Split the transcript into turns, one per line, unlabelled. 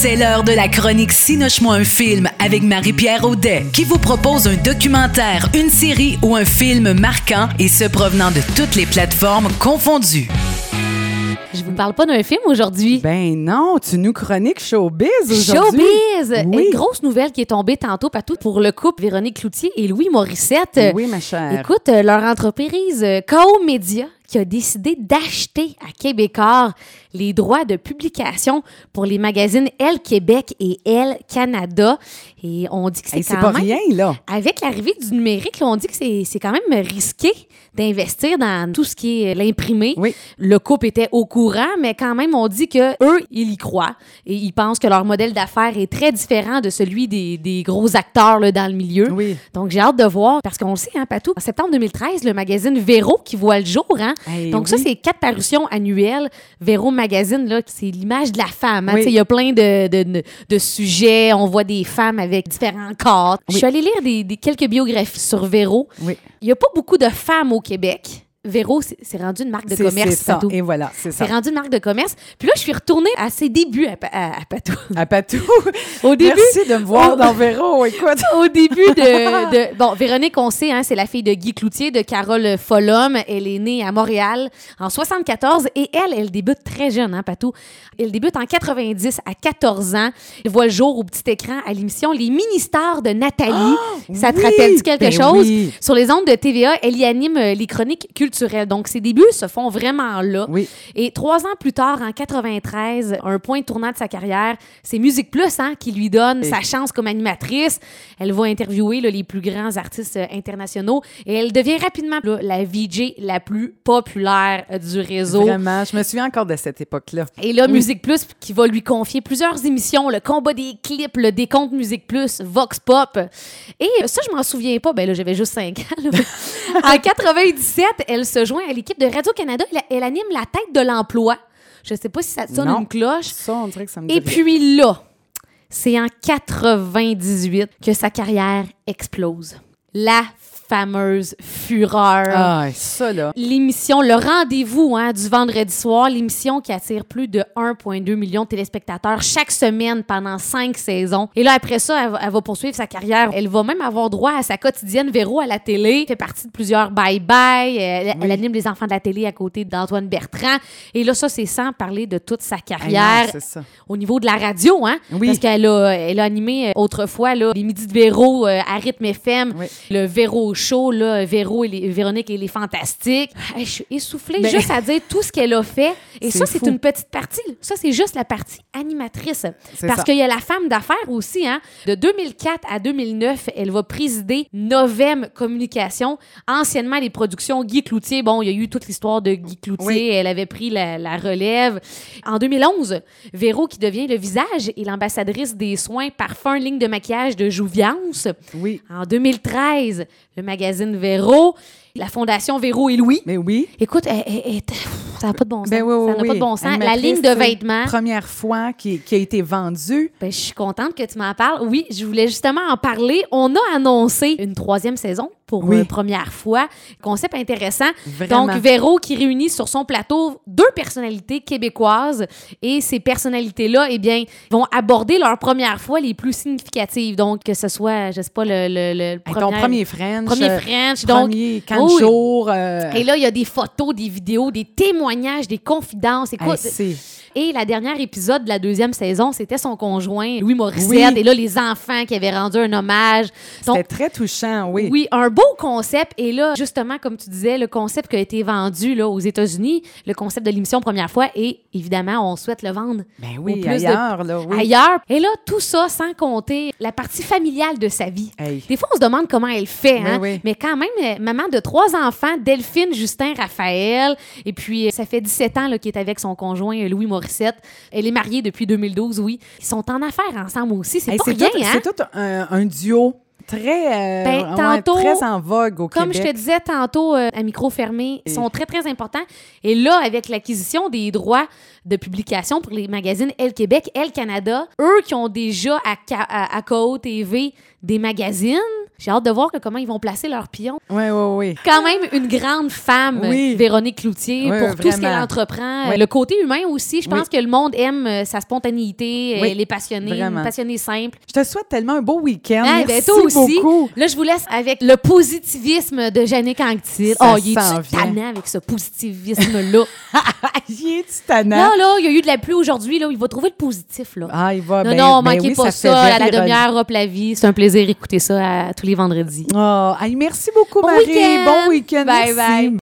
C'est l'heure de la chronique Cinoche-moi un film avec Marie-Pierre Audet qui vous propose un documentaire, une série ou un film marquant et ce provenant de toutes les plateformes confondues.
Je vous parle pas d'un film aujourd'hui.
Ben non, tu nous chroniques Showbiz aujourd'hui.
Showbiz!
Oui.
Une grosse nouvelle qui est tombée tantôt partout pour le couple Véronique Cloutier et Louis Morissette.
Oui, ma chère.
Écoute, leur entreprise KO Media qui a décidé d'acheter à Québécois les droits de publication pour les magazines Elle Québec et Elle Canada. Et on dit que c'est
C'est
quand
pas
même...
rien, là.
Avec l'arrivée du numérique, là, on dit que c'est quand même risqué d'investir dans tout ce qui est l'imprimé.
Oui.
Le couple était au courant, mais quand même, on dit que eux, ils y croient et ils pensent que leur modèle d'affaires est très différent de celui des gros acteurs là, dans le milieu.
Oui.
Donc, j'ai hâte de voir, parce qu'on le sait, hein, Patou, en septembre 2013, le magazine Véro qui voit le jour, hein?
Hey,
Donc, ça, c'est 4 parutions annuelles. Véro Magazine, là, c'est l'image de la femme. Hein?
Oui.
Il y a plein de sujets. On voit des femmes avec différents corps. Je suis allée lire quelques biographies sur Véro.
Oui.
Il n'y a pas beaucoup de femmes au Québec. Véro, c'est rendu une marque de commerce,
C'est ça,
Patou.
et voilà, c'est ça.
C'est rendu une marque de commerce. Puis là, je suis retournée à ses débuts à Patou.
À Patou.
Au début,
Merci de me voir dans Véro, écoute.
au début de... Bon, Véronique, on sait, hein, c'est la fille de Guy Cloutier, de Carole Follum. Elle est née à Montréal en 74 et elle débute très jeune, hein, Patou. Elle débute en 90 à 14 ans. Elle voit le jour au petit écran à l'émission Les Mini-Stars de Nathalie. Ça te
oui!
rappelle-tu quelque
Ben
chose?
oui.
Sur les ondes de TVA, elle y anime les chroniques culturelles. Donc, ses débuts se font vraiment là.
Oui.
Et 3 ans plus tard, en 93, un point tournant de sa carrière, c'est Musique Plus hein, qui lui donne sa chance comme animatrice. Elle va interviewer là, les plus grands artistes internationaux et elle devient rapidement là, la VJ la plus populaire du réseau.
Vraiment, je me souviens encore de cette époque-là.
Et là, Musique Plus qui va lui confier plusieurs émissions, le combat des clips, le décompte Musique Plus, Vox Pop. Et ça, je m'en souviens pas. Ben là, j'avais juste 5 ans. Là. En 97, elle se joint à l'équipe de Radio-Canada. Elle anime La tête de l'emploi. Je sais pas si ça te sonne
Non.
une cloche.
Ça, on dirait que ça me dit
Et
rien.
puis là, c'est en 98 que sa carrière explose. La fameuse fureur.
Ah, ça, là.
L'émission, le rendez-vous hein, du vendredi soir, l'émission qui attire plus de 1,2 million de téléspectateurs chaque semaine pendant 5 saisons. Et là, après ça, elle va poursuivre sa carrière. Elle va même avoir droit à sa quotidienne Véro à la télé. Elle fait partie de plusieurs bye-bye. Elle anime les enfants de la télé à côté d'Antoine Bertrand. Et là, ça, c'est sans parler de toute sa carrière
non, c'est ça.
au niveau de la radio. Hein?
Oui.
Parce qu'elle a animé autrefois là, les midis de Véro à Rythme FM,
Oui.
le Véro Show, là, Véronique et les Fantastiques. Je suis essoufflée
Ben,
juste à dire tout ce qu'elle a fait. Et
c'est
ça, c'est
fou.
une petite partie. Ça, c'est juste la partie animatrice.
C'est
Parce
ça.
qu'il y a la femme d'affaires aussi. Hein? De 2004 à 2009, elle va présider Novem Communication, anciennement les productions Guy Cloutier. Bon, il y a eu toute l'histoire de Guy Cloutier.
Oui.
Elle avait pris la relève. En 2011, Véro qui devient le visage et l'ambassadrice des soins parfums, ligne de maquillage de Jouviance.
Oui.
En 2013, le magazine Véro, la Fondation Véro et Louis.
Mais oui.
Écoute, ça n'a pas de bon sens.
Ben oui, oui,
ça n'a pas de bon sens. La
Animatrice,
ligne de vêtements.
Première fois qui a été vendue.
Ben, je suis contente que tu m'en parles. Oui, je voulais justement en parler. On a annoncé une 3e saison pour
Oui.
première fois. Concept intéressant.
Vraiment.
Donc, Véro qui réunit sur son plateau 2 personnalités québécoises et ces personnalités-là, eh bien, vont aborder leur première fois les plus significatives. Donc, que ce soit, je sais pas, le
Ton premier French.
Premier French. Donc,
Premier camp
oui.
de jour.
Et là, il y a des photos, des vidéos, des témoignages, des confidences. Écoute, et la dernière épisode de la 2e saison, c'était son conjoint, Louis Morissette.
Oui.
Et là, les enfants qui avaient rendu un hommage.
C'était très touchant, oui.
Oui, un beau concept. Et là, justement, comme tu disais, le concept qui a été vendu là, aux États-Unis, le concept de l'émission première fois, et évidemment, on souhaite le vendre.
Ben
au
oui,
plus
ailleurs, là, oui.
Ailleurs. Et là, tout ça sans compter la partie familiale de sa vie.
Hey.
Des fois, on se demande comment elle fait, hein?
Oui, oui.
Mais quand même, maman de 3 enfants, Delphine, Justin, Raphaël, et puis ça fait 17 ans là, qu'elle est avec son conjoint Louis Morissette. Elle est mariée depuis 2012, oui. Ils sont en affaires ensemble aussi. C'est
Hey,
pas
c'est
rien,
tout,
hein?
c'est tout un duo très,
tantôt,
très en vogue au
Comme
Québec.
je te disais tantôt, à micro fermé, ils sont très, très importants. Et là, avec l'acquisition des droits de publication pour les magazines Elle Québec, Elle Canada, eux qui ont déjà à KO TV des magazines, J'ai hâte de voir comment ils vont placer leur pion.
Oui.
Quand même une grande femme, Véronique Cloutier,
Oui,
pour tout ce qu'elle
vraiment.
entreprend.
Oui.
Le côté humain aussi, je pense
Oui.
que le monde aime sa spontanéité,
Oui,
les passionnés,
vraiment.
une passionnée simple.
Je te souhaite tellement un beau week-end.
Ah,
Merci
ben, toi aussi.
beaucoup.
Là, je vous laisse avec le positivisme de Jannick Anctil.
Ça
Oh, il
s'en
est
vient.
tannant avec ce positivisme-là.
Il est tannant.
Là, il y a eu de la pluie aujourd'hui. Là, il va trouver le positif. Là.
Ah, il va
Non,
ben,
non,
ben
manquez
oui,
pas
fait
ça. À la
very
demi-heure, hop la vie. C'est un plaisir d'écouter ça tous les vendredis.
Oh, hey, merci beaucoup,
Bon
Marie.
week-end.
Bon week-end.
Bye,
Merci.
bye.